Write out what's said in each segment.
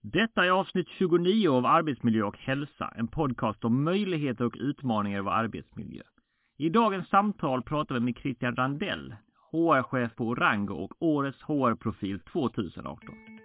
Detta är avsnitt 29 av Arbetsmiljö och hälsa, en podcast om möjligheter och utmaningar i vår arbetsmiljö. I dagens samtal pratar vi med Christian Randell, HR-chef på Orango och årets HR-profil 2018.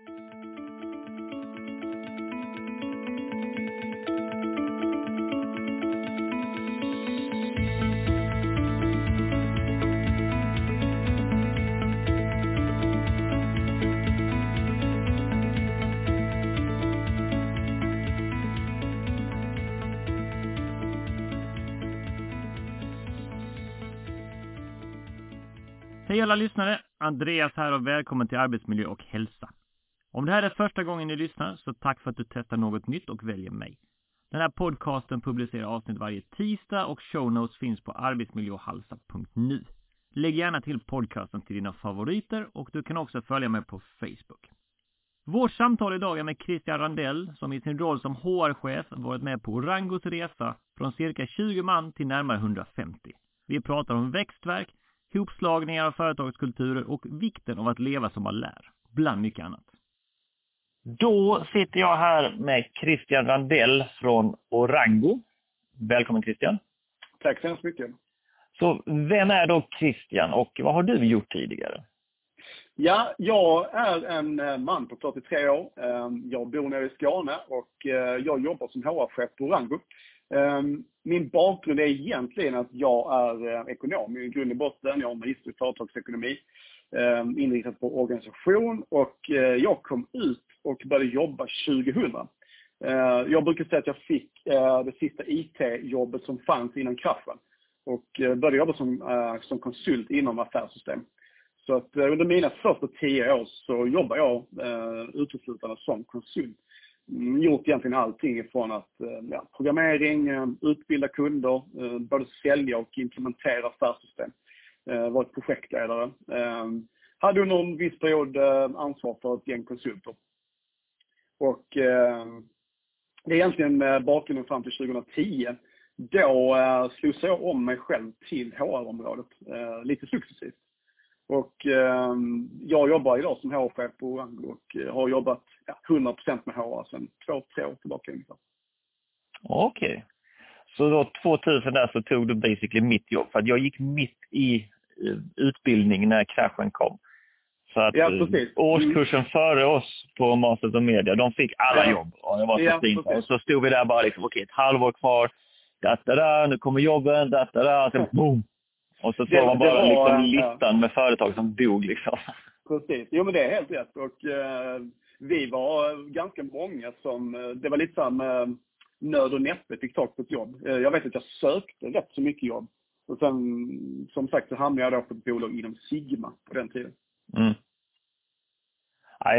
Hej alla lyssnare, Andreas här och välkommen till Arbetsmiljö och hälsa. Om det här är första gången ni lyssnar så tack för att du testar något nytt och väljer mig. Den här podcasten publicerar avsnitt varje tisdag och show notes finns på arbetsmiljöhalsa.nu. Lägg gärna till podcasten till dina favoriter och du kan också följa mig på Facebook. Vårt samtal idag är med Christian Randell som i sin roll som HR-chef varit med på Orangos resa från cirka 20 man till närmare 150. Vi pratar om växtverk, hopslagningar av företagskulturer och vikten av att leva som man lär, bland mycket annat. Då sitter jag här med Christian Randell från Orango. Välkommen Christian. Tack så hemskt mycket. Så vem är då Christian och vad har du gjort tidigare? Ja, jag är en man på 43 år. Jag bor nere i Skåne och jag jobbar som HR-chef på Orango. Min bakgrund är egentligen att jag är ekonom i grund och botten. Jag har magister i företagsekonomi, inriktad på organisation och jag kom ut och började jobba 2000. Jag brukar säga att jag fick det sista IT-jobbet som fanns inom kraschen och började jobba som konsult inom affärssystem. Så att under mina första 10 år så jobbar jag uteslutande som konsult. Gjort egentligen allting från att programmering, utbilda kunder, både sälja och implementera affärssystem. Varit projektledare. Hade under en viss period ansvar för ett gäng konsulter. Och det är egentligen bakgrunden fram till 2010. Då slussade jag om mig själv till HR-området lite successivt. Och jag jobbar idag som HR-chef på Orango och har jobbat 100% med HR sedan 2-3 år tillbaka ungefär. Okej. Så då 2000 där så tog du basically mitt jobb. För att jag gick mitt i utbildning när kraschen kom. Så att årskursen före oss på Masters of Media, de fick alla jobb. Och det var så fint. Och så stod vi där bara liksom, okej, ett halvår kvar. Nu kommer jobben, sen boom. Och så såg man bara liksom listan med företag som dog liksom. Precis, jo men det är helt rätt. Och vi var ganska många som, det var lite så med nöd och näppe fick tag på ett jobb. Jag vet att jag sökte rätt så mycket jobb. Och sen, som sagt, så hamnade jag då på ett bolag inom Sigma på den tiden. Mm. Ja,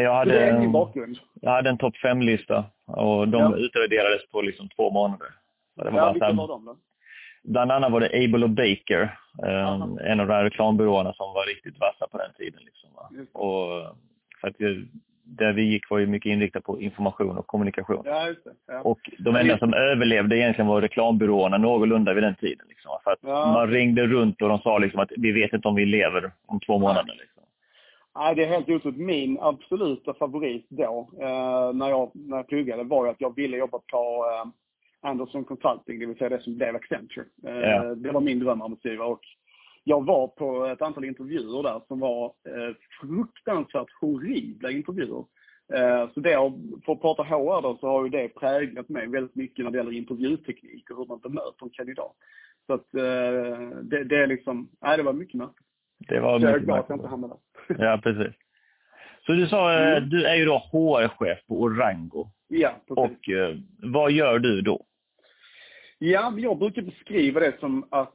jag hade en topp 5-lista och de utvärderades på liksom 2 månader. Det var vilka var de då? Bland annat var det Able och Baker, en av de här reklambyråerna som var riktigt vassa på den tiden. Liksom, och för att där vi gick var ju mycket inriktat på information och kommunikation. Ja, just det. Ja. Och de enda som överlevde egentligen var reklambyråerna någorlunda vid den tiden. Liksom, för att man ringde runt och de sa liksom att vi vet inte om vi lever om 2 månader. Liksom. Nej, det är helt utsett. Min absoluta favorit då, när jag pluggade, var att jag ville jobba på Anderson Consulting, det vill säga det som blev Accenture. Det var min drömarbetsgivare och jag var på ett antal intervjuer där som var fruktansvärt horribla intervjuer. Så det, för att prata HR då, så har ju det präglat mig väldigt mycket när det gäller intervjuteknik och hur man bemöter en kandidat. Så att det är liksom, det var mycket märkligt. Det var så jag är glad att jag inte hamnade där. Ja, precis. Så du sa, du är ju då HR-chef på Orango. Ja, precis. Och vad gör du då? Ja, jag brukar beskriva det som att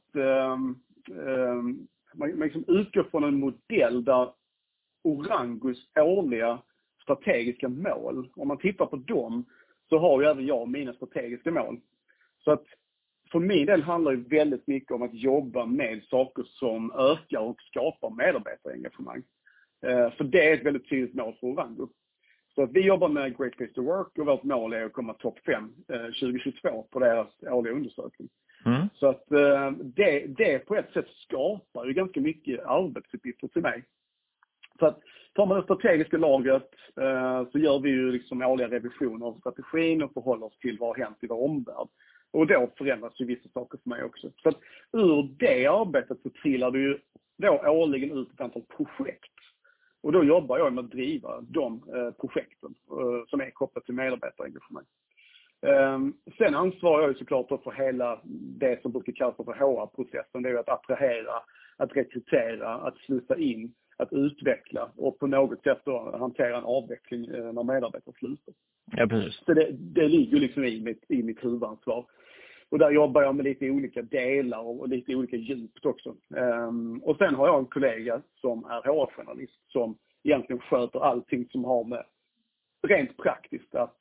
man liksom utgår från en modell där Orangos årliga strategiska mål, om man tittar på dem så har ju även jag mina strategiska mål. Så att för min del handlar det väldigt mycket om att jobba med saker som ökar och skapar medarbetarengagemang. För det är ett väldigt tydligt mål för Orango. Så att vi jobbar med Great Place to Work och vårt mål är att komma topp 5 2022 på deras årliga undersökning. Mm. Så att det på ett sätt skapar ju ganska mycket arbetsuppgifter till mig. Så att tar man det strategiska lagret så gör vi ju liksom årliga revisioner av strategin och förhåller oss till vad har hänt i vår omvärld. Och då förändras ju vissa saker för mig också. Så att ur det arbetet så trillar det ju då årligen ut ett antal projekt. Och då jobbar jag med att driva de projekten som är kopplade till medarbetarengagemang. Sen ansvarar jag såklart för hela det som brukar kallas för HR-processen. Det är ju att attrahera, att rekrytera, att slussa in, att utveckla och på något sätt då hantera en avveckling när medarbetare slutar. Ja, precis. Så det ligger liksom i mitt huvudansvar. Och där jobbar jag med lite olika delar och lite olika djupt också. Och sen har jag en kollega som är HR-journalist som egentligen sköter allting som har med rent praktiskt att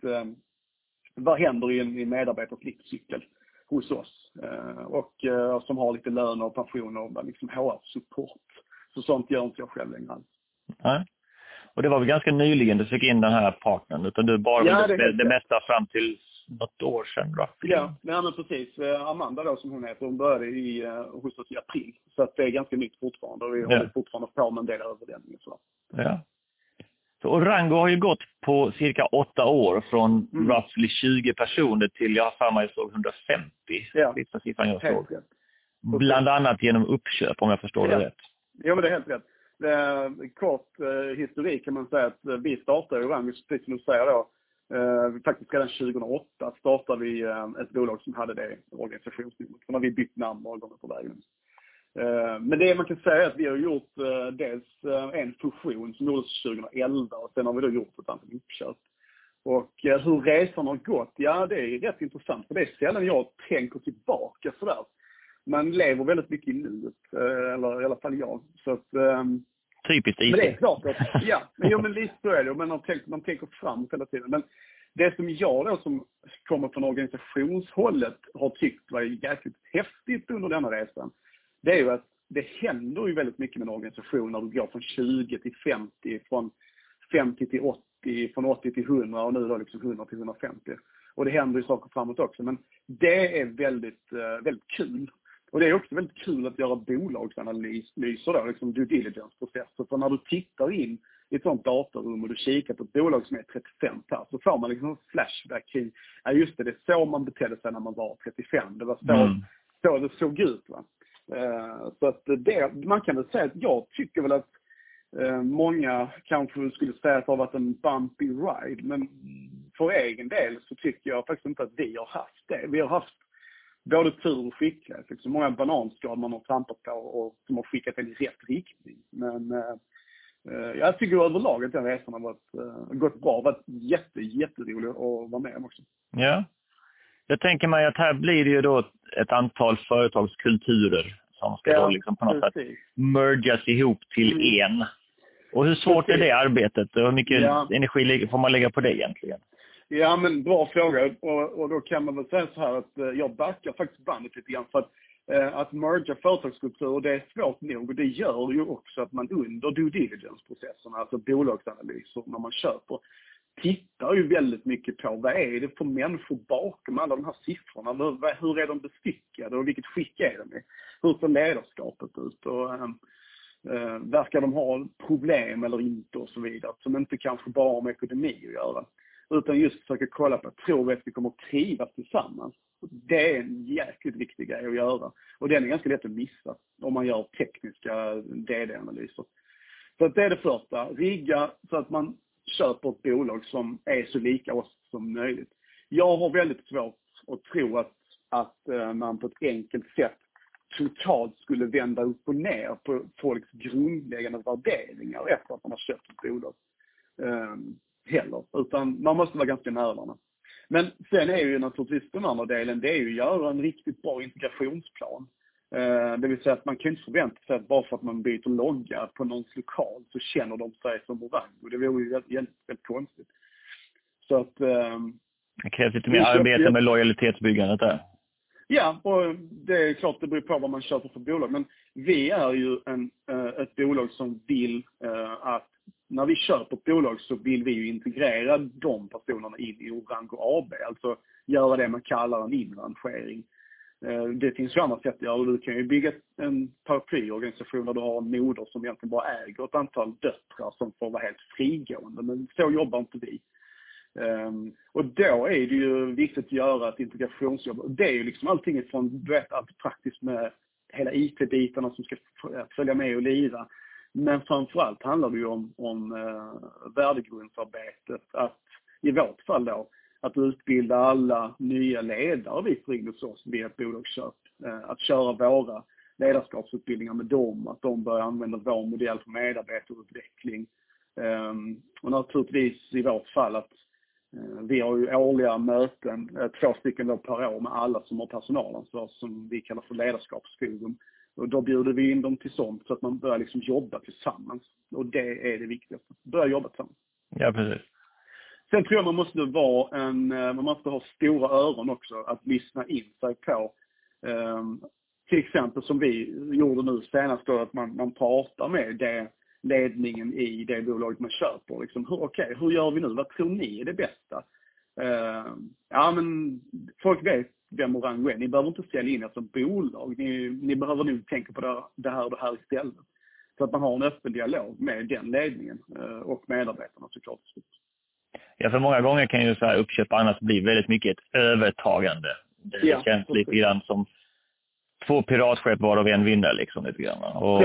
vad händer i en medarbetars livscykel hos oss. Och som har lite lön och pension och liksom HR-support. Så sånt gör inte jag själv längre alls. Nej. Och det var väl ganska nyligen du fick in den här partnern, utan du bara det mesta fram till något år sedan. Ja, men precis. Amanda då som hon heter, hon började hos oss i april. Så att det är ganska nytt fortfarande och vi håller fortfarande på med en del överlämningar. Ja. Så Orango har ju gått på cirka 8 år från roughly 20 personer till, jag har för mig såg 150. Ja, sista siffran jag såg. Bland annat genom uppköp, om jag förstår det rätt. Ja, men det är helt rätt. Kort historik kan man säga att vi startade Orango, precis som du säger då, faktiskt redan 2008 startade vi ett bolag som hade det organisationsnumret. Sen har vi bytt namn några gånger på vägen. Men det man kan säga är att vi har gjort dels en fusion som gjordes 2011 och sen har vi då gjort ett antal uppköp. Och hur resan har gått, ja det är rätt intressant för det är sällan jag tänker tillbaka sådär. Man lever väldigt mycket i nuet, eller i alla fall jag. Så att, typiskt men det är klart att, ja, men lite så är det. Men man tänker framåt hela tiden. Men det som jag då som kommer från organisationshållet har tyckt var jäkligt häftigt under denna resan, det är ju att det händer ju väldigt mycket med en organisation när du går från 20 till 50, från 50 till 80, från 80 till 100 och nu då liksom 100 till 150. Och det händer ju saker framåt också. Men det är väldigt, väldigt kul. Och det är också väldigt kul att göra bolagsanalyser då, liksom due diligence-processer. För när du tittar in i ett sånt datarum och du kikar på ett bolag som är 35 här så får man liksom en flashback kring, ja just det är så man betedde sig när man var 35. Det var så det såg ut va. Så att man kan väl säga att jag tycker väl att många kanske skulle säga att det har varit en bumpy ride. Men för egen del så tycker jag faktiskt inte att vi har haft det. Vi har haft både tur och skicklighet. Liksom många bananskal man har trampat på och som har skickat en i rätt riktning. Men jag tycker överlag att den resan har gått bra. Det har varit jätteroligt att vara med om också. Ja. Jag tänker mig att här blir det ju då ett antal företagskulturer som ska då liksom på något sätt mergas ihop till en. Och hur svårt är det arbetet? Och hur mycket energi får man lägga på det egentligen? Ja, men bra fråga. Och då kan man väl säga så här att jag backar faktiskt bandet lite grann. För att merga företagskultur, det är svårt nog. Och det gör ju också att man under due diligence-processerna, alltså bolagsanalyser när man köper, tittar ju väldigt mycket på vad är det för människor bakom alla de här siffrorna. Hur är de bestyckade och vilket skick är de i? Hur ser ledarskapet ut? Och verkar de ha problem eller inte och så vidare. Som inte kanske bara har med ekonomi att göra. Utan just försöka kolla på att tror vi att vi kommer att trivas tillsammans. Det är en jäkligt viktig grej att göra. Och den är ganska lätt att missa om man gör tekniska DD-analyser. Så att det är det första. Rigga så att man köper ett bolag som är så lika oss som möjligt. Jag har väldigt svårt att tro att man på ett enkelt sätt totalt skulle vända upp och ner på folks grundläggande värderingar efter att man har köpt ett bolag. Heller. Utan man måste vara ganska nära. Men sen är ju naturligtvis den andra delen, det är ju att göra en riktigt bra integrationsplan. Det vill säga att man kan inte förvänta sig att bara för att man byter logga på någons lokal så känner de sig som Orango. Det vore ju väldigt konstigt. Så att det krävs lite mer arbete med lojalitetsbyggandet där. Ja, och det är klart det beror på vad man köper för bolag. Men vi är ju ett bolag som vill att när vi köper ett bolag så vill vi ju integrera de personerna in i Orango AB. Alltså göra det man kallar en inrangering. Det finns ju andra sätt att göra. Du kan ju bygga en paraplyorganisation där du har en moder som egentligen bara äger ett antal döttrar som får vara helt frigående. Men så jobbar inte vi. Och då är det ju viktigt att göra ett integrationsjobb. Och det är ju liksom allting från allt praktiskt med hela IT-bitarna som ska följa med och lira. Men framförallt handlar det ju om värdegrundsarbetet. Att i vårt fall då, att utbilda alla nya ledare vi får in hos oss via ett bolagsköp. Att köra våra ledarskapsutbildningar med dem. Att de börjar använda vår modell för medarbetarutveckling. Och naturligtvis i vårt fall att vi har ju årliga möten, 2 stycken då per år med alla som har personalansvar som vi kallar för ledarskapsforum. Och då bjuder vi in dem till sånt så att man börjar liksom jobba tillsammans. Och det är det viktigaste. Börja jobba tillsammans. Ja, precis. Sen tror jag man måste ha stora öron också att lyssna in sig på. Till exempel som vi gjorde nu senast då, att man pratar med ledningen i det bolaget man köper. Liksom, hur gör vi nu? Vad tror ni är det bästa? Ja, men folk vet vem Orango är. Ni behöver inte sälja in som bolag. Ni behöver nog tänka på det här istället. Så att man har en öppen dialog med den ledningen och medarbetarna såklart. Ja, för många gånger kan ju så här uppköp annars bli väldigt mycket ett övertagande. Det känns lite grann som 2 piratskepp var och en vinner liksom lite grann. Och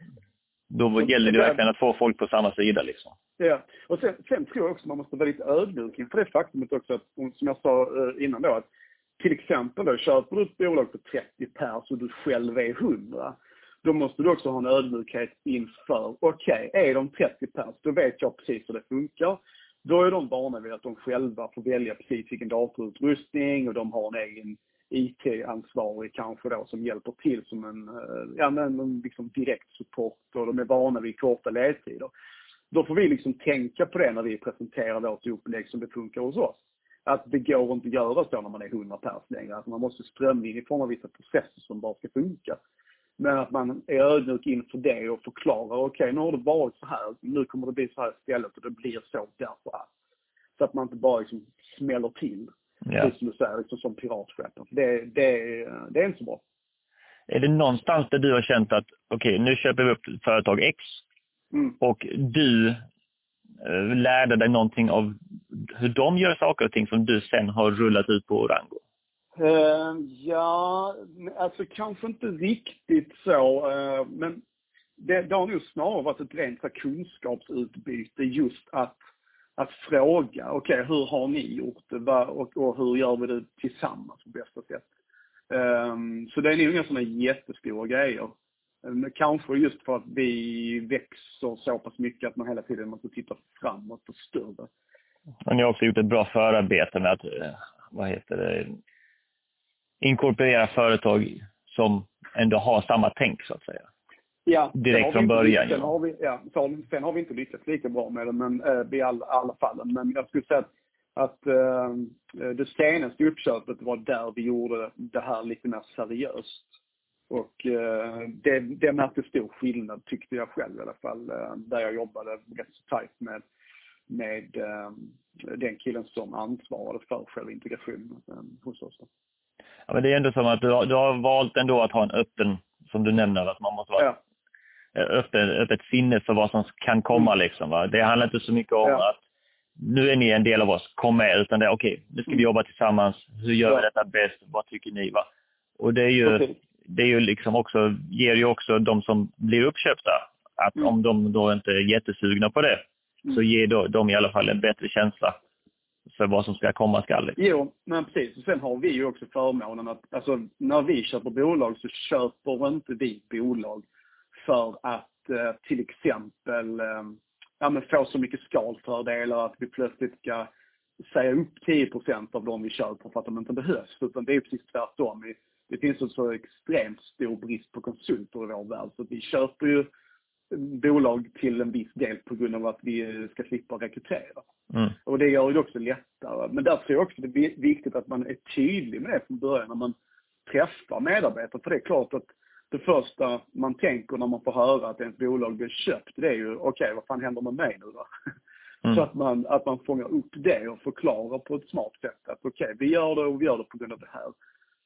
då gäller det verkligen att få folk på samma sida liksom. Ja, och sen tror jag också man måste vara lite ödmjuk inför det faktumet också att, som jag sa innan då, att till exempel då köper du ett bolag på 30 pers och du själv är 100. Då måste du också ha en ödmjukhet inför, är de 30 pers, då vet jag precis hur det funkar. Då är de vana vid att de själva får välja precis vilken datorutrustning och de har en egen IT-ansvarig kanske då som hjälper till som en liksom direkt support och de är vana vid korta ledtider. Då får vi liksom tänka på det när vi presenterar vårt upplägg som det funkar hos oss. Att det går inte att göra så när man är 100 pers längre. Att man måste strömma in i form av vissa processer som bara ska funka. Men att man är ödmjuk inför det och förklarar, nu har det varit så här, nu kommer det bli så här istället och det blir så därför att. Så att man inte bara liksom smäller till. Ja. Som du säger, liksom som piratskeppen. Det är inte så bra. Är det någonstans där du har känt att nu köper vi upp företag X och du lärde dig någonting av hur de gör saker och ting som du sen har rullat ut på Orango? Ja, alltså kanske inte riktigt så, men det har nog snarare varit ett rent kunskapsutbyte just att fråga, hur har ni gjort det och hur gör vi det tillsammans på bästa sätt? Så det är nog inga sådana jättestora grejer. Kanske just för att vi växer så pass mycket att man hela tiden måste titta framåt och större. Och ni har också gjort ett bra förarbete med att, inkorporera företag som ändå har samma tänk så att säga. Ja, direkt från början. Sen har vi inte lyckats lika bra med det, men i alla fallen. Men jag skulle säga att det senaste uppköpet var där vi gjorde det här lite mer seriöst. Och det märkte stor skillnad tyckte jag själv i alla fall. Där jag jobbade rätt så tajt med den killen som ansvarade för själva integrationen hos oss. Ja, men det är ändå som att du har valt ändå att ha en öppen, som du nämner, att man måste vara öppet sinne för vad som kan komma liksom. Va? Det handlar inte så mycket om att nu är ni en del av oss, kom med, utan det är nu ska vi jobba tillsammans, hur gör vi detta bäst, vad tycker ni, va? Och det är ju liksom också, ger ju också de som blir uppköpta, att om de då inte är jättesugna på det, så ger de i alla fall en bättre känsla för vad som ska komma skall. Liksom. Jo, men precis. Och sen har vi ju också förmånen att, alltså, när vi köper bolag så köper inte vi bolag för att till exempel få så mycket skalfördelar att vi plötsligt ska säga upp 10% av dem vi köper för att de inte behövs. Utan det är precis tvärtom. Det finns en så extremt stor brist på konsulter i vår värld. Så vi köper ju bolag till en viss del på grund av att vi ska slippa rekrytera. Och det gör det också lättare. Men där tror jag också det är viktigt att man är tydlig med det från början när man träffar medarbetare. För det är klart att det första man tänker när man får höra att ett bolag blir köpt, det är ju vad fan händer med mig nu då? Så att man fångar upp det och förklarar på ett smart sätt att vi gör det och vi gör det på grund av det här.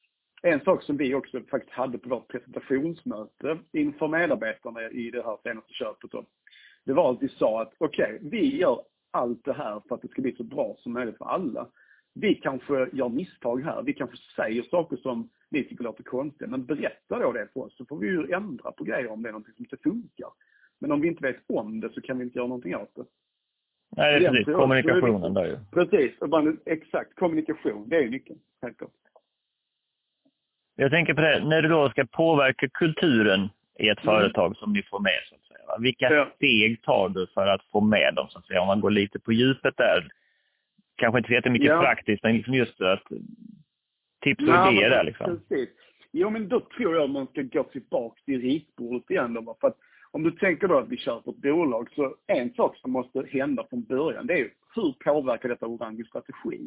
En sak som vi också faktiskt hade på vårt presentationsmöte inför medarbetarna i det här senaste köpet då, det var att vi sa att okej, vi gör allt det här för att det ska bli så bra som möjligt för alla. Vi kanske gör misstag här, vi kanske säger saker som vi tycker låter konstiga, men berätta då det för oss så får vi ju ändra på grejer om det är något som inte funkar. Men om vi inte vet om det så kan vi inte göra någonting åt det. Nej, det är precis. Kommunikationen där ju. Precis, exakt. Kommunikation, det är ju nyckeln. Helt klart. Jag tänker på det, när du då ska påverka kulturen i ett företag som ni får med så att säga. Vilka steg tar du för att få med dem så att säga? Om man går lite på djupet där. Kanske inte så jättemycket praktiskt, men liksom just att tips och idéer där liksom. Precis. Jo, men då tror jag att man ska gå tillbaka till ritbordet igen då. För att om du tänker då att vi köper ett bolag, så en sak som måste hända från början, det är ju hur påverkar detta Orangos strategi?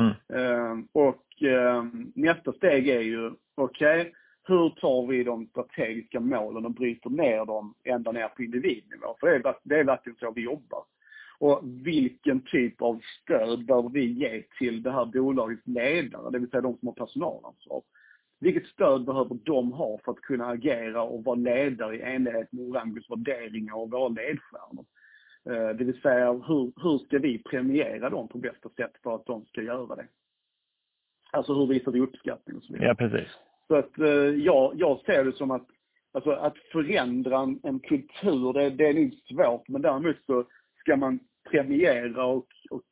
Nästa steg är ju, okej, hur tar vi de strategiska målen och bryter ner dem ända ner på individnivå? För det är verkligen så vi jobbar. Och vilken typ av stöd bör vi ge till det här bolagets ledare, det vill säga de som har personalansvar? Vilket stöd behöver de ha för att kunna agera och vara ledare i enlighet med Orangos värderingar och våra ledstjärnor? Det vill säga, hur ska vi premiera dem på bästa sätt för att de ska göra det? Alltså hur visar vi uppskattning och så vidare. Ja, precis. Så att jag ser det som att förändra en kultur, det är nog svårt, men däremot så ska man premiera och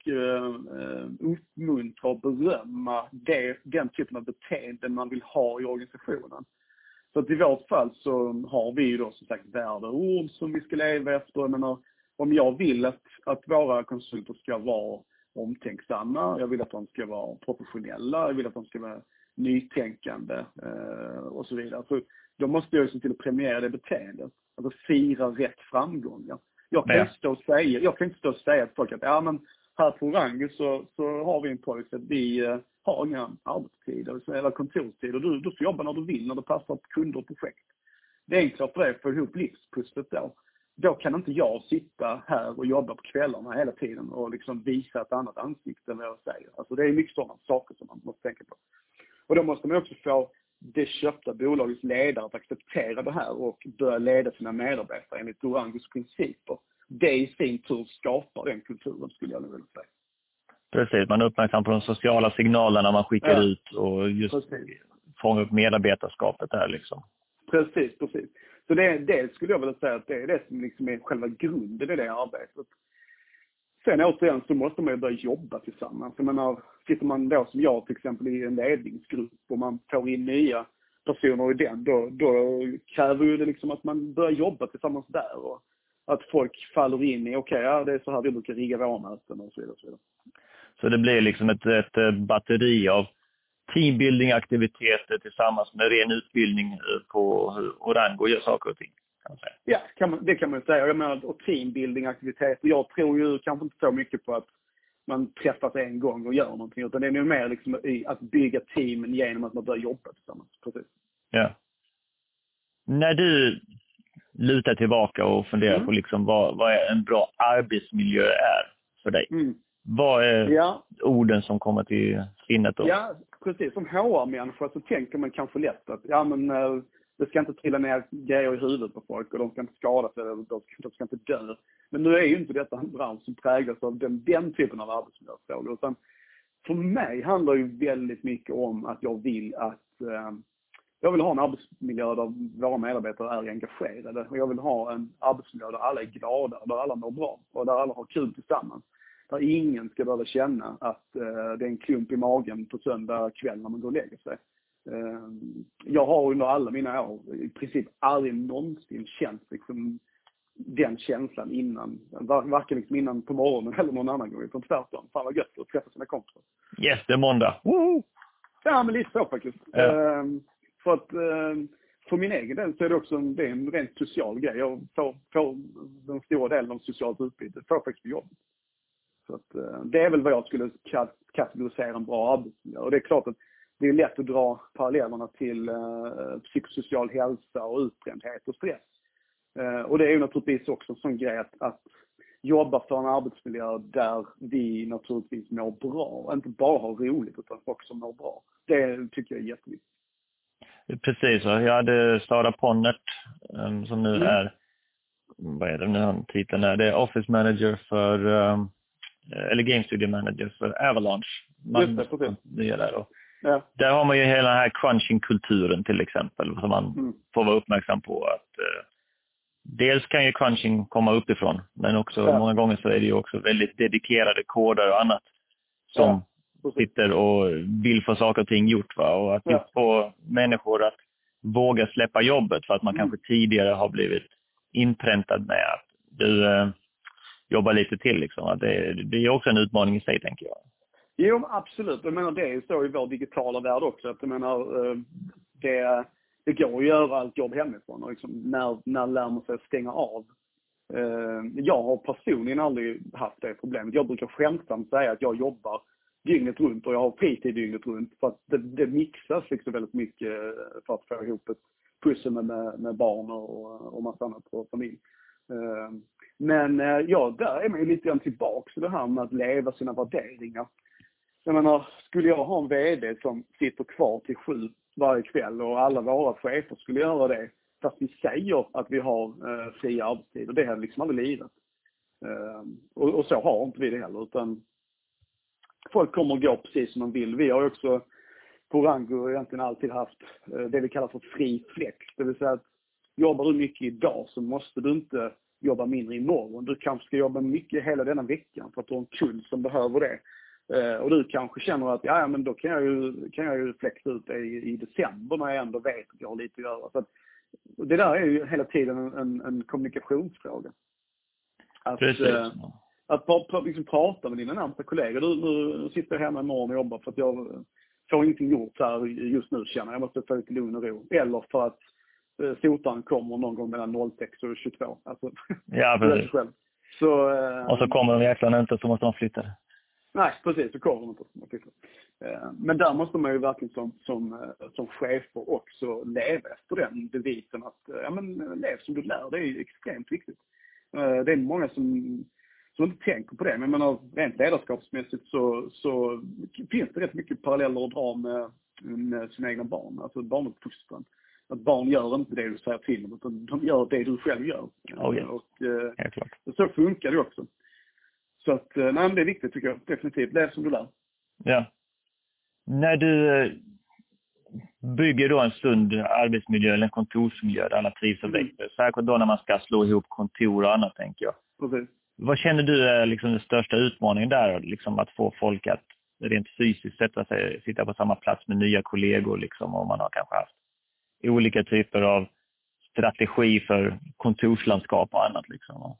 uppmuntra och berömma den typen av beteenden man vill ha i organisationen. Så att i vårt fall så har vi ju då som sagt värdeord som vi ska leva efter. Jag menar, om jag vill att våra konsulter ska vara omtänksamma, jag vill att de ska vara professionella, jag vill att de ska vara nytänkande och så vidare. Så då måste jag se till att premiera det beteendet. Alltså fira rätt framgångar. Jag kan inte stå och säga till folk att men här på Orango så har vi en policy att vi har inga arbetstider eller kontorstider. Du får jobba när du vill, när det passar kunder och projekt. Det är enklare för dig att få ihop livspusslet då. Då kan inte jag sitta här och jobba på kvällarna hela tiden och liksom visa ett annat ansikte än vad jag säger. Alltså det är mycket sådana saker som man måste tänka på. Och då måste man också få det köpta bolagets ledare att acceptera det här och börja leda sina medarbetare enligt Orangos principer. Det i sin tur skapar den kulturen, skulle jag nog vilja säga. Precis, man är uppmärksam på de sociala signalerna man skickar ut och just fånga upp medarbetarskapet där liksom. Precis. Så det skulle jag vilja säga att det är det som liksom är själva grunden i det arbetet. Sen återigen så måste man ju börja jobba tillsammans. Jag menar, sitter man då som jag till exempel i en ledningsgrupp och man får in nya personer i den, då kräver ju det liksom att man börjar jobba tillsammans där och att folk faller in i det är så här vi brukar rigga våra möten och så vidare. Så det blir liksom ett batteri av teambuilding-aktiviteter tillsammans med ren utbildning på hur Orango gör saker och ting. Ja, det kan man säga. Jag menar, och teambuilding-aktiviteter. Jag tror ju kanske inte så mycket på att man träffas en gång och gör någonting. Utan det är nog mer liksom att bygga teamen genom att man börjar jobba tillsammans. Precis. Ja. När du lutar tillbaka och funderar på liksom vad en bra arbetsmiljö är för dig. Vad är orden som kommer till sinnet då? Ja, precis. Som HR-människa så tänker man kanske lätt att det ska inte trilla ner grejer i huvudet på folk och de ska inte skada sig eller de ska inte dö. Men nu är ju inte detta en bransch som präglas av den typen av arbetsmiljöfrågor. Utan för mig handlar ju väldigt mycket om att jag vill ha en arbetsmiljö där våra medarbetare är engagerade. Och jag vill ha en arbetsmiljö där alla är glada, där alla mår bra och där alla har kul tillsammans. Där ingen ska behöva känna att det är en klump i magen på söndag kväll när man går och lägger sig. Jag har under alla mina år i princip aldrig någonsin känt liksom den känslan innan. Varken liksom innan på morgonen eller någon annan gång. Utan tvärtom. Fan vad gött att träffa sina kompisar. Yes, det är måndag. Ja, men lite så faktiskt. För att för min egen del så är det också en rent social grej. Jag får den stora delen av socialt utbyte. Får faktiskt på jobbet. Så att, det är väl vad jag skulle kategorisera en bra arbetsmiljö. Och det är klart att det är lätt att dra parallellerna till psykosocial hälsa och utbrändhet och stress. Och det är ju naturligtvis också en sån grej att jobba för en arbetsmiljö där vi naturligtvis mår bra. Inte bara har roligt utan också mår bra. Det tycker jag är jätteviktigt. Precis, jag hade Sara Ponnert som nu är, vad är det nu titeln är? Det är Office Manager för, eller Game Studio Manager för Avalanche. Det är där då. Ja. Där har man ju hela den här crunching-kulturen till exempel som man får vara uppmärksam på. Att dels kan ju crunching komma uppifrån, men också många gånger så är det ju också väldigt dedikerade koder och annat som sitter och vill få saker och ting gjort. Va? Och att just få människor att våga släppa jobbet för att man kanske tidigare har blivit inpräntad med att du jobbar lite till. Liksom. Att det är också en utmaning i sig, tänker jag. Jo, absolut. Jag menar, det är så i vår digitala värld också. Att jag menar, det går att göra allt jobb hemifrån. Och liksom, när lär man sig att stänga av? Jag har personligen aldrig haft det problemet. Jag brukar skämtsamt säga att jag jobbar dygnet runt och jag har fritid dygnet runt. För att det mixas liksom väldigt mycket för att få ihop ett pussel med barn och massa annat på familj. Men där är man ju lite grann tillbaka till det här med att leva sina värderingar. Jag menar, skulle jag ha en vd som sitter kvar till 7 varje kväll och alla våra chefer skulle göra det, fast vi säger att vi har fri arbetstid, och det hade liksom aldrig lirat. Och så har inte vi det heller, utan folk kommer att gå precis som de vill. Vi har också på Rango egentligen alltid haft det vi kallar för fri flex. Det vill säga att jobbar du mycket idag så måste du inte jobba mindre imorgon. Du kanske ska jobba mycket hela denna veckan för att du har en kund som behöver det. Och du kanske känner att men då kan jag ju flexa ut det i december när jag ändå vet att jag har lite att göra. Så att, det där är ju hela tiden en kommunikationsfråga. Att liksom prata med dina närmsta kollegor. Nu sitter jag hemma imorgon och jobbar för att jag får ingenting gjort här just nu, känner jag. Måste få lite lugn och ro. Eller för att sotaren kommer någon gång mellan 06 och 22. Alltså, ja, precis. Och så kommer de jäklarna inte, så måste de flytta. Nej, precis. Så kommer de inte. Men där måste man ju verkligen som chefer också leva efter den devisen att lev som du lär. Det är ju extremt viktigt. Det är många som inte tänker på det. Men jag menar, rent ledarskapsmässigt så finns det rätt mycket paralleller att dra med sina egna barn. Alltså barnuppfostran. Att barn gör inte det du säger till dem, utan de gör det du själv gör. Och så funkar det också. Så att, men det är viktigt tycker jag. Definitivt. Läs som du lär. Ja. När du bygger då en sund arbetsmiljö eller en kontorsmiljö där alla trivs och växer. Särskilt då när man ska slå ihop kontor och annat, tänker jag. Precis. Vad känner du är liksom den största utmaningen där? Liksom att få folk att rent fysiskt sitta på samma plats med nya kollegor liksom, om man har kanske haft olika typer av strategi för kontorslandskap och annat liksom.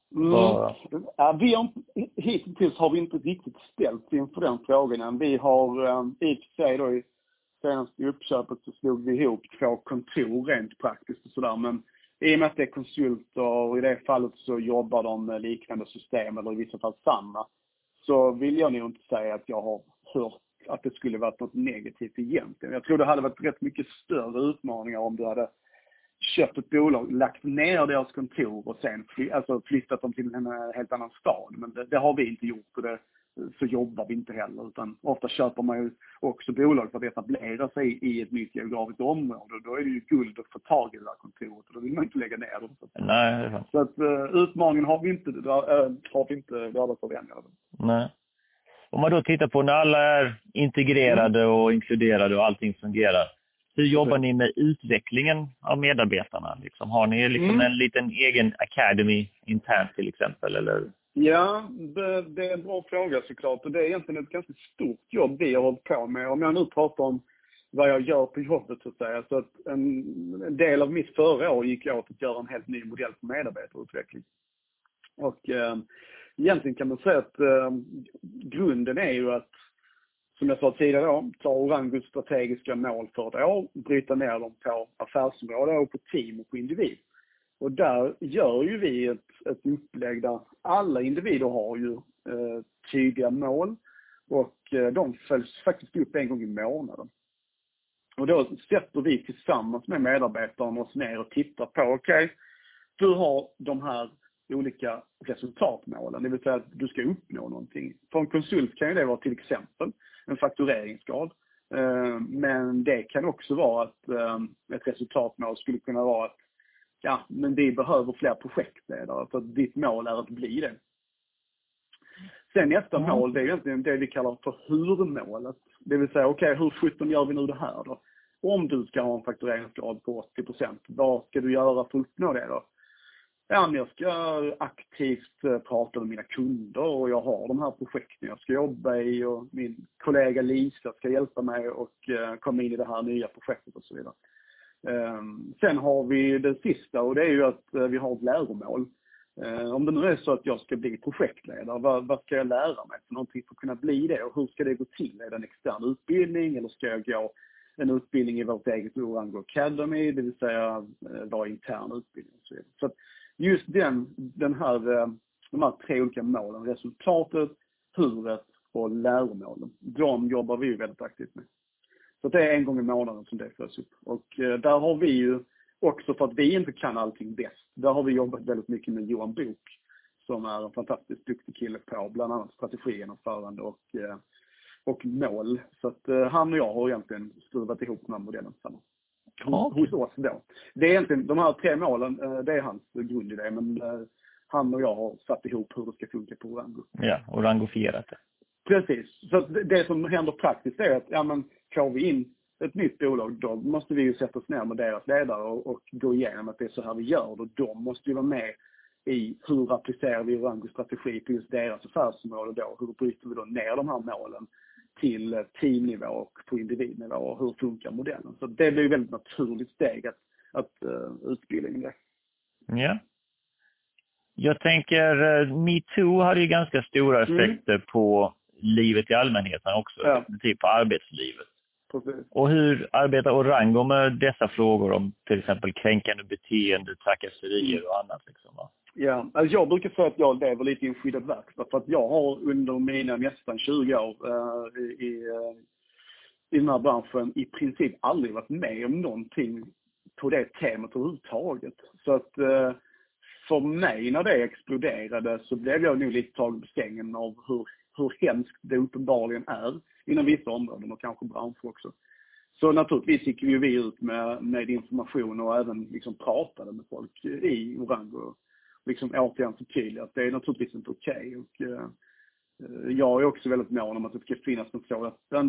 Hittills har vi inte riktigt ställt inför den frågan än. Vi har i och för sig då i senaste uppköpet så slog vi ihop 2 kontor rent praktiskt och sådär, men i och med att det är konsulter och i det fallet så jobbar de med liknande system eller i vissa fall samma, så vill jag nog inte säga att jag har hört att det skulle varit något negativt egentligen. Jag tror det hade varit rätt mycket större utmaningar om du hade köpt ett bolag, lagt ner deras kontor och sen flyttat dem till en helt annan stad. Men det har vi inte gjort, och så jobbar vi inte heller. Utan ofta köper man ju också bolag för att etablera sig i ett nytt geografiskt område. Då är det ju guld att få tag i det där kontoret, och då vill man inte lägga ner dem. Nej. Så att utmaningen har vi inte drabbats av än. Nej. Om man då tittar på när alla är integrerade och inkluderade och allting fungerar. Hur jobbar ni med utvecklingen av medarbetarna? Liksom, har ni liksom en liten egen academy internt till exempel? Eller? Ja, det är en bra fråga såklart. Och det är egentligen ett ganska stort jobb vi har hållit på med. Om jag nu pratar om vad jag gör på jobbet så att säga. Så att en del av mitt förra år gick jag åt att göra en helt ny modell för medarbetarutveckling. Och egentligen kan man säga att grunden är ju att, som jag sa tidigare då, ta Orangos strategiska mål för ett år, bryta ner dem på affärsområden och på team och på individ. Och där gör ju vi ett upplägg där alla individer har ju tydliga mål, och de följs faktiskt upp en gång i månaden. Och då sätter vi tillsammans med medarbetarna oss ner och tittar på, okej, du har de här olika resultatmålen, det vill säga att du ska uppnå någonting. För en konsult kan ju det vara till exempel en faktureringsgrad. Men det kan också vara att ett resultatmål skulle kunna vara att men vi behöver fler projektledare för att ditt mål är att bli det. Sen nästa mål, det är egentligen det vi kallar för hur-målet. Det vill säga, hur 17 gör vi nu det här då? Om du ska ha en faktureringsgrad på 80%, vad ska du göra för att uppnå det då? Jag ska aktivt prata med mina kunder och jag har de här projekten jag ska jobba i och min kollega Lisa ska hjälpa mig och komma in i det här nya projektet och så vidare. Sen har vi det sista och det är ju att vi har ett läromål. Om det nu är så att jag ska bli projektledare, vad ska jag lära mig för någonting för att kunna bli det och hur ska det gå till? Är det en extern utbildning eller ska jag gå en utbildning i vårt eget Orango Academy, det vill säga vara intern utbildning och så vidare. Så att just de här 3 olika målen, resultatet, huret och läromålen, de jobbar vi ju väldigt aktivt med. Så det är en gång i månaden som det förs upp. Och där har vi ju också, för att vi inte kan allting bäst, där har vi jobbat väldigt mycket med Johan Bok, som är en fantastiskt duktig kille på bland annat strategigenomförande och mål. Så att han och jag har egentligen skruvat ihop den här modellen samman. Hos oss då. Det är egentligen, de här 3 målen, det är hans grundidé, men han och jag har satt ihop hur det ska funka på Orango. Ja, orangofierat det. Precis. Så det som händer praktiskt är att får vi in ett nytt bolag, då måste vi ju sätta oss ner med deras ledare och gå igenom att det är så här vi gör. Och de måste ju vara med i hur applicerar vi Orangos strategi på just deras affärsområde då. Hur bryter vi då ner de här målen till teamnivå och på individnivå och hur funkar modellen. Så det blir ju väldigt naturligt steg att utbilda in det. Ja. Jag tänker, MeToo hade ju ganska stora effekter på livet i allmänheten också, typ på arbetslivet. Precis. Och hur arbetar Orango med dessa frågor om till exempel kränkande beteende, trakasserier och annat liksom, va? Ja, alltså jag brukar säga att jag lever lite i en skyddad verkstad för att jag har under mina nästan 20 år i den här branschen i princip aldrig varit med om någonting på det temat överhuvudtaget. Så att för mig när det exploderade så blev jag nog lite tagen på sängen av hur hemskt det uppenbarligen är inom vissa områden och kanske branscher också. Så naturligtvis gick vi ut med information och även liksom pratade med folk i Orango. Liksom återigen förtydliga att det är naturligtvis inte okej. Och jag är också väldigt mån om att det ska finnas en så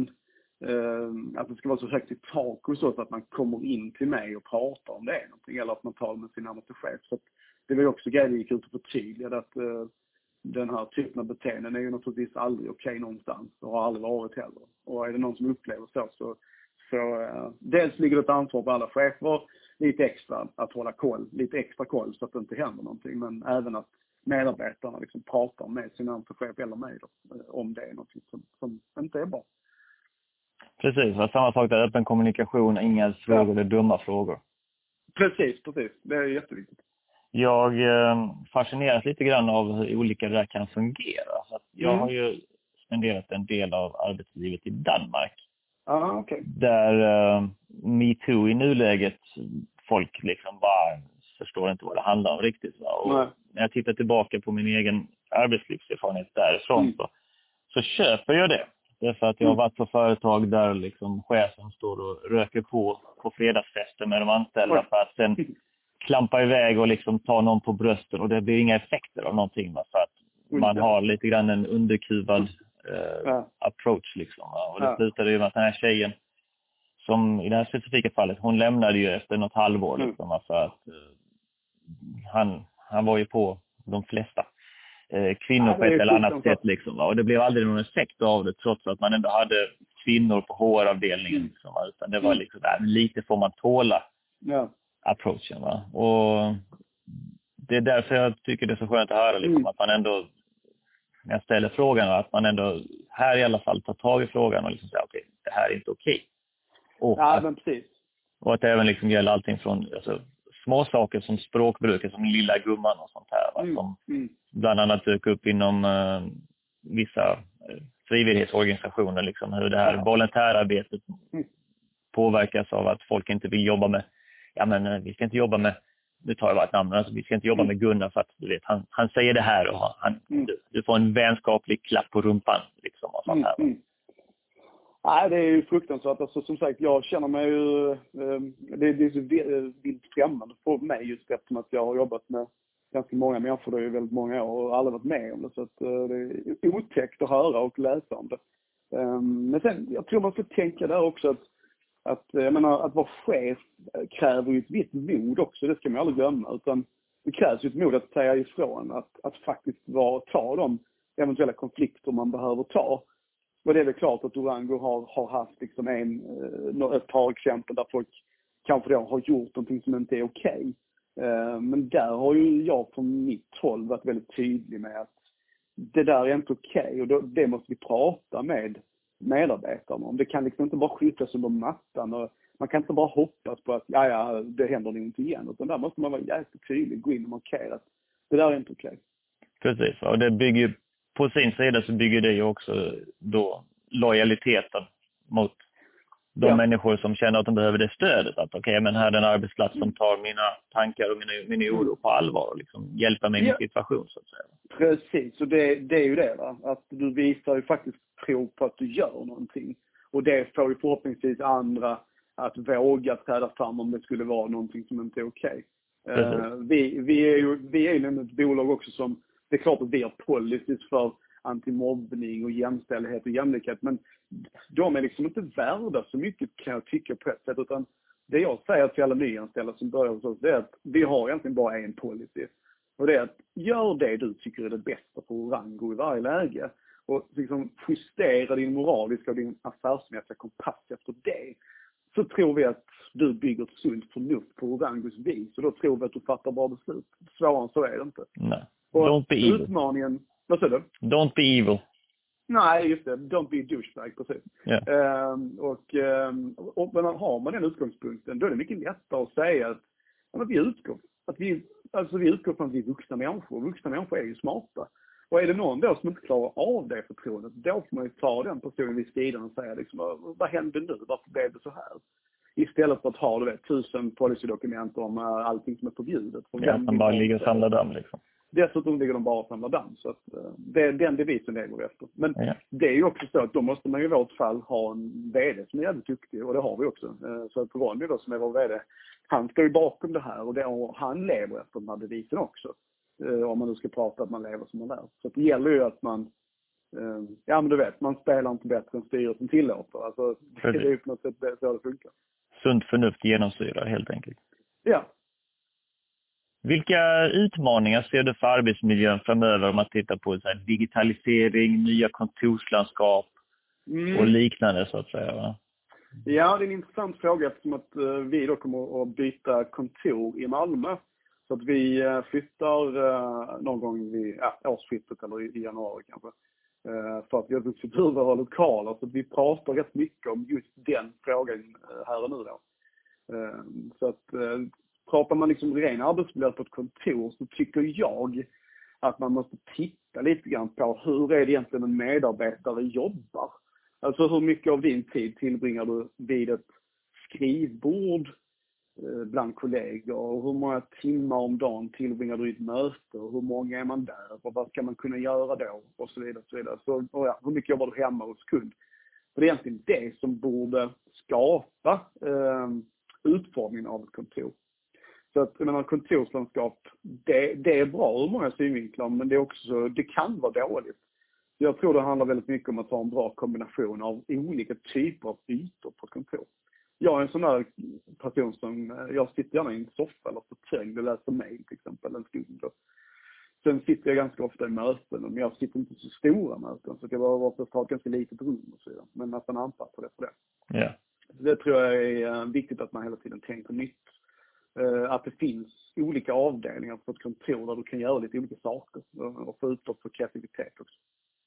att det ska vara så högt i tak och så att man kommer in till mig och pratar om det någonting eller att man tar med sin närmaste chef. Så det var ju också grejer vi gick ut och förtydligade att den här typen av beteenden är ju naturligtvis aldrig okej någonstans och har aldrig varit heller. Och är det någon som upplever så dels ligger det ett ansvar på alla chefer lite extra att hålla lite extra koll så att det inte händer någonting, men även att medarbetarna liksom pratar med sin närmaste chef eller mig då, om det är något som inte är bra. Precis, samma sak där, öppen kommunikation, inga frågor, det är dumma frågor. Precis, det är jätteviktigt. Jag fascineras lite grann av hur olika det där kan fungera. Så att jag har ju spenderat en del av arbetslivet i Danmark. Okay. Där MeToo i nuläget, folk liksom bara förstår inte vad det handlar om riktigt. Va? Och när jag tittar tillbaka på min egen arbetslivserfarenhet därifrån så köper jag det. Därför att jag har varit på företag där liksom chefen står och röker på fredagsfester med de anställda för att sen klampa iväg och liksom ta någon på brösten och det blir inga effekter av någonting. Va? För att man har lite grann en underkuvad approach liksom. Va? Och det slutade ju med att den här tjejen som i det här specifika fallet, hon lämnade ju efter något halvår liksom. Va? För att han var ju på de flesta kvinnor på ett eller annat sätt liksom, va? Och det blev aldrig någon effekt av det trots att man ändå hade kvinnor på HR-avdelningen liksom, va? Utan det var liksom lite får man tåla approachen, va? Och det är därför jag tycker det är så skönt att höra liksom, att man ändå när jag ställer frågan att man ändå här i alla fall tar tag i frågan och liksom säger okej, det här är inte okej. Men precis. Och att det även liksom gäller allting från små saker som språkbruket, som lilla gumman och sånt här. Va? Som bland annat dök upp inom vissa frivillighetsorganisationer. Liksom, hur det här volontärarbetet påverkas av att folk inte vill jobba med, vi ska inte jobba med, nu tar jag bara ett namn, alltså, vi ska inte jobba med Gunnar för att du vet, han säger det här och du får en vänskaplig klapp på rumpan. Liksom, och sånt här, va? Nej, det är ju fruktansvärt. Alltså, som sagt, jag känner mig ju... Det är så vilt främmande för mig just eftersom att jag har jobbat med ganska många människor. Det är ju väldigt många år och aldrig varit med om det. Så att, det är otäckt att höra och läsa om det. Men sen, jag tror man ska tänka där också att jag menar, att vara chef kräver ju ett visst mod också. Det ska man aldrig glömma. Utan det krävs ju ett mod att säga ifrån. Att faktiskt ta de eventuella konflikter man behöver ta. Och det är väl klart att Durango har haft liksom ett par exempel där folk kanske då har gjort någonting som inte är okej. Men där har ju jag från mitt håll varit väldigt tydlig med att det där är inte okej. Och det måste vi prata med medarbetarna om. Det kan liksom inte bara skjutas under mattan. Och man kan inte bara hoppas på att det händer inte igen. Utan där måste man vara jävligt tydlig, gå in och markera att det där är inte okej. Precis, och det bygger på sin sida så bygger det ju också då lojaliteten mot de människor som känner att de behöver det stödet. Att men här är en arbetsplats som tar mina tankar och min oro på allvar och liksom hjälper mig i min situation så att säga. Precis, och det är ju det va. Att du visar ju faktiskt prov på att du gör någonting. Och det får ju förhoppningsvis andra att våga träda fram om det skulle vara någonting som inte är okej. Vi är ju ett bolag också som, det är klart att vi har policies för antimobbning och jämställdhet och jämlikhet, men de är liksom inte värda så mycket kan jag tycka på ett sätt, utan det jag säger till alla nyanställda som börjar hos oss, det är att vi har egentligen bara en policy. Och det är att gör det du tycker är det bästa för Durango i varje läge. Och liksom justera din moraliska och din affärsmässiga kompass efter det. Så tror vi att du bygger ett sunt förnuft på Durangos vis. Och då tror vi att du fattar bra beslut. Svårare än så är det inte. Nej. Och don't be evil. Utmaningen... Vad säger du? Don't be evil. Nej, just det. Don't be a douchebag, precis. Yeah. Men har man den utgångspunkten, då är det mycket lättare att säga att vi utgår från att vi är vuxna människor. Vuxna människor är ju smarta. Och är det någon då som inte klarar av det förtroendet, då får man ju ta den personen vid sidan och säga liksom, vad hände nu? Varför blev det så här? Istället för att ha 1000 policydokument om allting som är förbjudet. Som bara ligger och samlar damm liksom. Dessutom ligger de bara och samlar damm. Så att, det är den devisen det går efter. Men det är ju också så att då måste man ju i vårt fall ha en vd som är jävligt duktig. Och det har vi också. Så att Ronny då som är vår vd, han står ju bakom det här. Och han lever efter de här devisen också. Om man nu ska prata att man lever som man lär. Så det gäller ju att man, men du vet, man spelar inte bättre än styrelsen tillåter. Alltså, det är ju på något sätt så det funkar. Sunt förnuft genomsyrar helt enkelt. Ja. Vilka utmaningar ser du för arbetsmiljön framöver om man tittar på så här digitalisering, nya kontorslandskap och liknande så att säga? Va? Ja, det är en intressant fråga eftersom att vi då kommer att byta kontor i Malmö. Så att vi flyttar någon gång vid årsskiftet eller i januari kanske. För att vi har vuxit ur våra lokaler. Så att vi pratar rätt mycket om just den frågan här och nu då. Så att pratar man liksom ren arbetsmiljö på ett kontor så tycker jag att man måste titta lite grann på hur är det egentligen en medarbetare jobbar. Alltså hur mycket av din tid tillbringar du vid ett skrivbord bland kollegor och hur många timmar om dagen tillbringar du i ett möte och hur många är man där och vad ska man kunna göra då och så vidare. Så hur mycket jobbar du hemma hos kund? För det är egentligen det som borde skapa utformningen av ett kontor. Så att kontorslandskap, det är bra ur många synvinklar, men det kan vara dåligt. Jag tror det handlar väldigt mycket om att ha en bra kombination av olika typer av ytor på ett kontor. Jag är en sån där person som, jag sitter gärna i en soffa eller på säng och läser mejl till exempel en stund. Sen sitter jag ganska ofta i möten, men jag sitter inte i så stora möten så att jag bara oftast ha ett ganska litet rum och så vidare. Men att man anpassar det för det. Yeah. Det tror jag är viktigt att man hela tiden tänker nytt. Att det finns olika avdelningar på ett kontor där du kan göra lite olika saker och få utlopp för kreativitet också.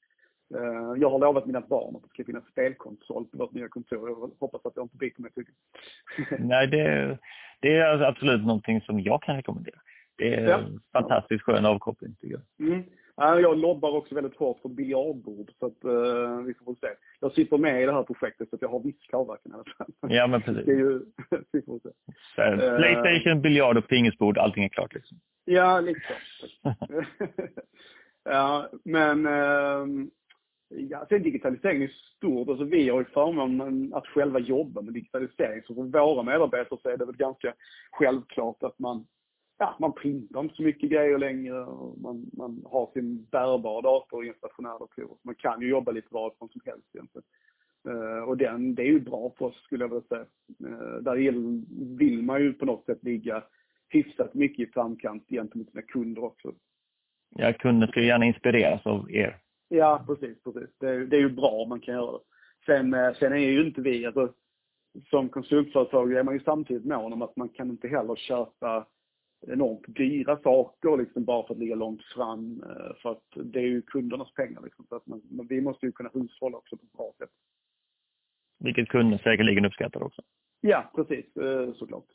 Jag har lovat mina barn att det ska finnas spelkonsol på vårt nya kontor. Jag hoppas att jag inte byter mig tycker. Nej, det är absolut någonting som jag kan rekommendera. Det är en fantastiskt skön avkoppling tycker jag. Jag lobbar också väldigt hårt för biljardbord så att vi får se. Jag sitter med i det här projektet så att jag har viss klarverkan i alla fall. Ja, men precis. Det är ju, vi får se. PlayStation, biljard och pingisbord, allting är klart liksom. Ja, lite så. Ja, men Ja, sen digitalisering är stort. Alltså vi har ju förmånen att själva jobba med digitalisering. Så för våra medarbetare så är det väl ganska självklart att man printar inte så mycket grejer längre. Och man har sin bärbara dator i en stationär dator. Man kan ju jobba lite varifrån som helst egentligen. Och det är ju bra för oss, skulle jag vilja säga. Där vill man ju på något sätt ligga hyfsat mycket i framkant gentemot sina kunder också. Ja, kunden ska gärna inspireras av er. Ja, precis. Det är ju bra om man kan göra det. Sen är ju inte vi, alltså, som konsultföretag är man ju samtidigt mån om att man kan inte heller köpa enormt dyra saker liksom, bara för att ligga långt fram. För att det är ju kundernas pengar. Liksom, så att vi måste ju kunna hushålla också på ett bra sätt. Vilket kunden säkerligen uppskattar också. Ja, precis. Såklart.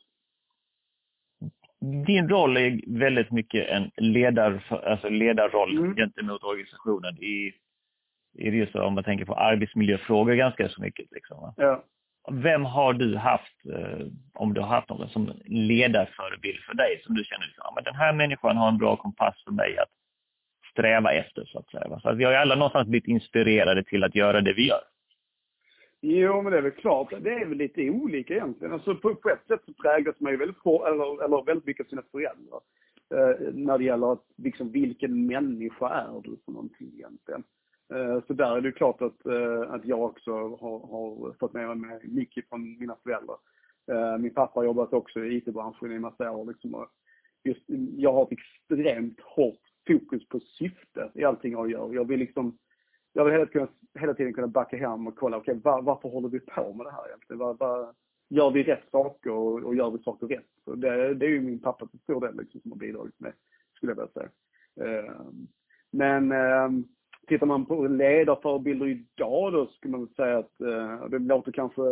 Din roll är väldigt mycket en ledarroll gentemot organisationen i det så om man tänker på arbetsmiljöfrågor ganska så mycket. Liksom, va? Ja. Vem har du haft, om du har haft någon som ledarförebild för dig som du känner liksom, men den här människan har en bra kompass för mig att sträva efter så att säga. Va? Så att vi har ju alla någonstans blivit inspirerade till att göra det vi gör. Jo, men det är väl klart. Det är väl lite olika egentligen. Alltså på ett sätt så präglas man ju väldigt mycket av sina föräldrar. När det gäller att, liksom, vilken människa är du för någonting egentligen. Så där är det klart att jag också har fått med mig mycket från mina föräldrar. Min pappa har jobbat också i IT-branschen i en massa år. Liksom, och just, jag har ett extremt hårt fokus på syfte i allting jag gör. Jag vill hela tiden kunna backa hem och kolla, okej, varför håller vi på med det här egentligen? Gör vi rätt saker och gör vi saker rätt? Så det är ju min pappa till stor del liksom, som har bidragit med, skulle jag vilja säga. Men tittar man på ledarförebilder idag, då skulle man säga att det låter kanske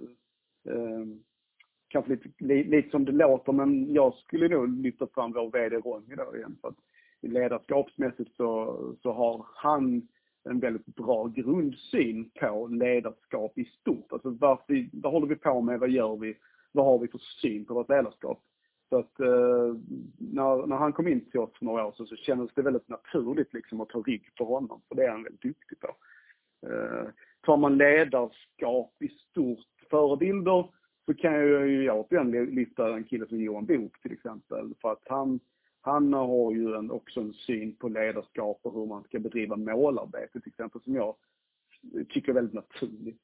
lite som det låter, men jag skulle nog lyfta fram vår vd Ronny då igen. För att ledarskapsmässigt så har han en väldigt bra grundsyn på ledarskap i stort. Alltså vad håller vi på med, vad gör vi, vad har vi för syn på vårt ledarskap? Så att när han kom in till oss för några år så kändes det väldigt naturligt liksom att ta rygg på honom, för det är han väldigt duktig på. Tar man ledarskap i stort, förebilder, så kan jag återigen lyfta en kille som Johan Bok till exempel, för att han har ju också en syn på ledarskap och hur man ska bedriva målarbete till exempel, som jag tycker är väldigt naturligt.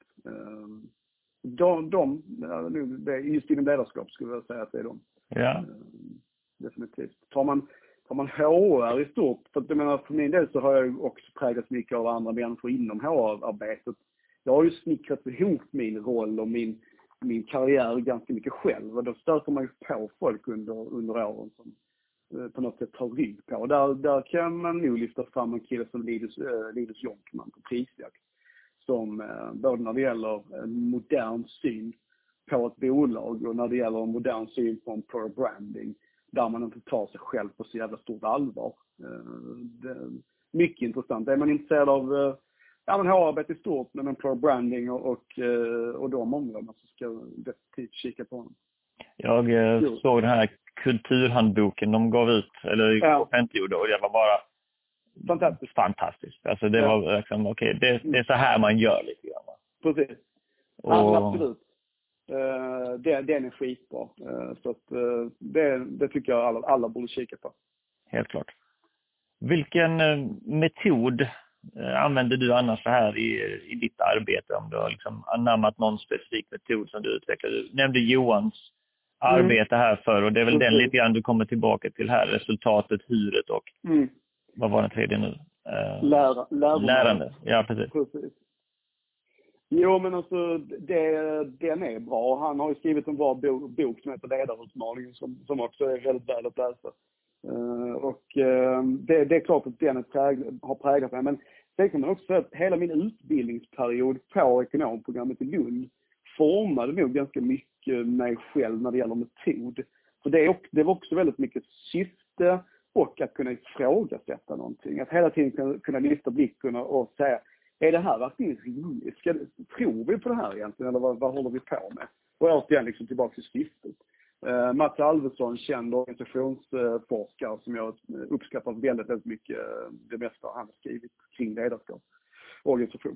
Just inom ledarskap skulle jag säga att det är de. Ja. Definitivt. Tar man HR i stort, för att jag menar, för min del så har jag också präglats mycket av andra människor inom HR-arbetet. Jag har ju snickrat ihop min roll och min karriär ganska mycket själv, och då stöter man ju på folk under åren som på något sätt tar rygg på. Där kan man nog lyfta fram en kille som Linus Jonkman på Prisjakt, som både när det gäller en modern syn på ett bolag och när det gäller en modern syn på en pro branding, där man inte tar sig själv på så jävla stort allvar. Det är mycket intressant. Är man intresserad av HR-arbete i stort, men en pro branding och de områdena, så ska jag definitivt kika på honom. Jag såg den här kulturhandboken de gav ut, eller offentliggjorde, och det var bara fantastiskt. Alltså det var liksom, okej, det är så här man gör lite grann. Precis. Absolut. Den är skitbra. Så att det tycker jag alla borde kika på. Helt klart. Vilken metod använder du annars så här i ditt arbete, om du har liksom anammat någon specifik metod som du utvecklar? Du nämnde Johans arbete här för, och det är väl den lite grann du kommer tillbaka till här, resultatet, huret och vad var den tredje nu? Lärande. Ja, precis. Jo, men alltså den är bra. Han har ju skrivit en bra bok som heter Ledarutmaningen, som också är väldigt väl att läsa. Det är klart att den har präglat mig, men sen kan man också säga att hela min utbildningsperiod på ekonomprogrammet i Lund formade nog ganska mycket mig själv när det gäller metod. Så det var också väldigt mycket syfte och att kunna ifrågasätta någonting. Att hela tiden kunna lyfta blicken och säga, är det här verkligen rimligt? Tror vi på det här egentligen, eller vad håller vi på med? Och återigen liksom tillbaka till syftet. Mats Alvesson, känd organisationsforskare som jag uppskattar väldigt, väldigt mycket, det mesta han har skrivit kring ledarskap. organisation.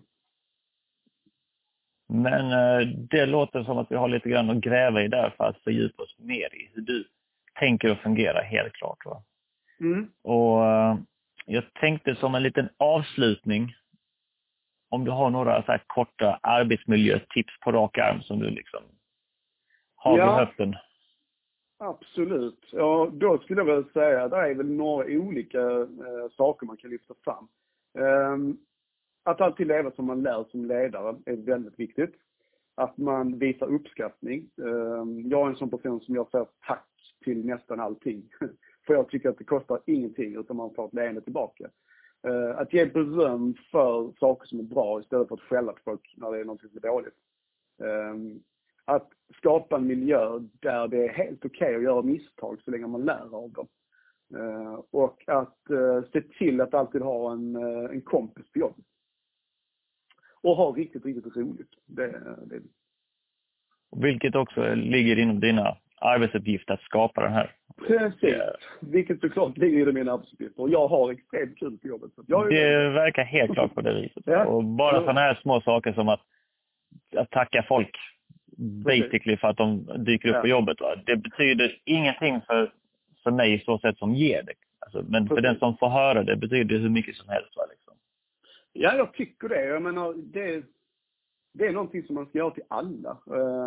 Men det låter som att vi har lite grann att gräva i där för att fördjupa oss mer i hur du tänker och fungerar, helt klart. Va? Och jag tänkte som en liten avslutning, om du har några så här korta arbetsmiljötips på rak arm som du liksom har vid höften. Absolut. Ja, då skulle jag väl säga att det är väl några olika saker man kan lyfta fram. Att alltid leva som man lär som ledare är väldigt viktigt. Att man visar uppskattning. Jag är en sån person som jag säger tack till nästan allting. För jag tycker att det kostar ingenting utan man får ett leende tillbaka. Att ge beröm för saker som är bra istället för att skälla på folk när det är något som är dåligt. Att skapa en miljö där det är helt okej att göra misstag så länge man lär av dem. Och att se till att alltid ha en kompis på jobbet. Och ha riktigt roligt. Det. Vilket också ligger inom dina arbetsuppgifter att skapa den här. Precis. Vilket såklart ligger i mina arbetsuppgifter. Och jag har extremt kul på jobbet. Det verkar helt klart på det viset. Ja. Och bara sådana här små saker som att tacka folk basically för att de dyker upp på jobbet. Va? Det betyder ingenting för mig så sätt som ger det. Alltså, men för den som får höra det betyder hur mycket som helst. Va, liksom. Ja, jag tycker det. Jag menar, det är någonting som man ska göra till alla.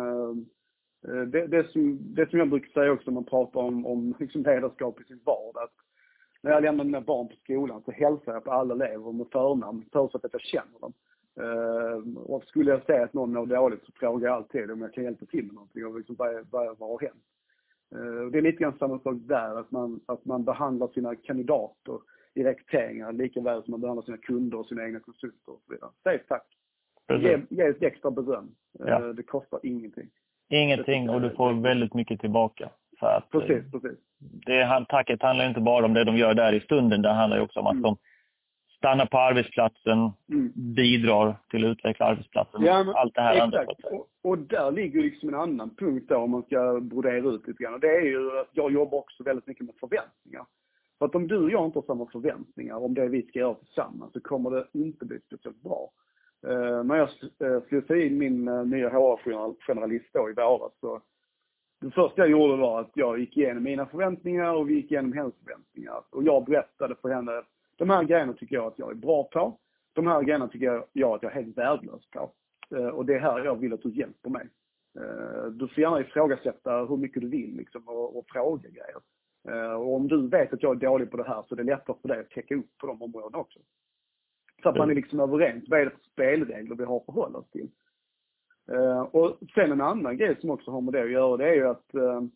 Det som jag brukar säga också när man pratar om liksom ledarskap i sin vardag. Att när jag lämnar mina barn på skolan så hälsar jag på alla elever med förnamn förutsatt att jag känner dem. Och skulle jag säga att någon mår dåligt så frågar jag alltid om jag kan hjälpa till med någonting och liksom vad har hänt. Det är lite grann samma sak där, att man behandlar sina kandidater i rekryteringar lika väl som man behandlar sina kunder och sina egna konsulter och så vidare. Säg tack. Ge ett extra beröm. Ja. Det kostar ingenting. Ingenting och du får väldigt mycket tillbaka. För att, precis. Tacket handlar inte bara om det de gör där i stunden. Det handlar ju också om att de stannar på arbetsplatsen, bidrar till att utveckla arbetsplatsen. Ja, allt det här andra. Och där ligger liksom en annan punkt då, om man ska brodera ut lite grann. Och det är ju att jag jobbar också väldigt mycket med förväntningar. För att om du och jag inte har samma förväntningar om det vi ska göra tillsammans så kommer det inte bli speciellt bra. När jag skulle ta in min nya HR-generalist då i våras, så det första jag gjorde var att jag gick igenom mina förväntningar och vi gick igenom hennes förväntningar. Och jag berättade för henne, de här grejerna tycker jag att jag är bra på. De här grejerna tycker jag att jag är helt värdelös på. Och det är här jag vill att du hjälper mig. Du får gärna ifrågasätta hur mycket du vill liksom, och fråga grejer. Och om du vet att jag är dålig på det här så är det lättare för dig att täcka upp på de områdena också. Så att man är liksom överens. Vad är det för spelregler vi har att förhålla oss till? Och sen en annan grej som också har med det att göra, det är ju att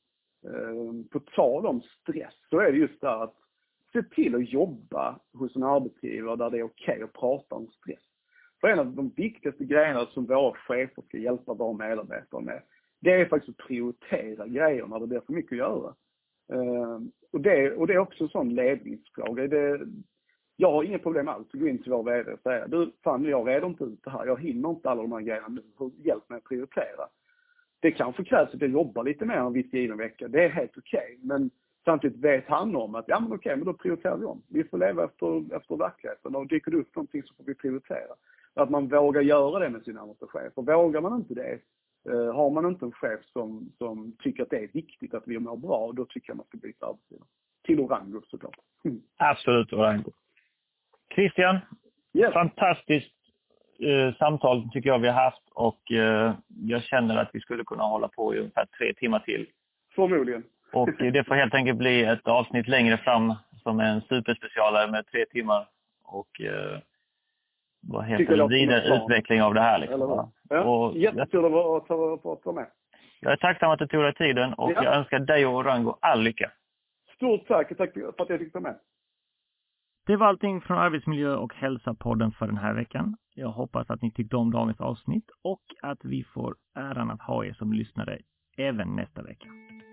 på tal om stress så är det just där att se till att jobba hos en arbetsgivare där det är okej att prata om stress. För en av de viktigaste grejerna som våra chefer ska hjälpa våra medarbetare med, det är faktiskt att prioritera grejer när det blir för mycket att göra. Och det är också en sån ledningsfråga. Jag har inga problem alls att gå in till vår vd och säga, jag reder inte ut det här. Jag hinner inte alla de här grejerna nu. Hjälp mig att prioritera. Det kanske krävs att jag jobbar lite mer en viss given vecka. Det är helt okej. Men samtidigt vet han om att, men då prioriterar vi om. Vi får leva efter verkligheten. Och dyker det upp någonting så får vi prioritera. Att man vågar göra det med sin närmaste chef. Och vågar man inte det, har man inte en chef som tycker att det är viktigt att vi mår bra, då tycker jag man ska byta arbetsgivare. Till Orango såklart. Absolut Orango. Christian, fantastiskt samtal tycker jag vi har haft och jag känner att vi skulle kunna hålla på i ungefär 3 timmar till. Förmodligen. Och det får helt enkelt bli ett avsnitt längre fram som är en superspecialare med 3 timmar och vad heter det, vidare utveckling av det här. Liksom. Ja, jättekul att ta med. Jag är tacksam att du tog dig tiden och jag önskar dig och Orango all lycka. Stort tack för att jag fick ta med. Det var allting från Arbetsmiljö- och hälsa-podden för den här veckan. Jag hoppas att ni tyckte om dagens avsnitt och att vi får äran att ha er som lyssnare även nästa vecka.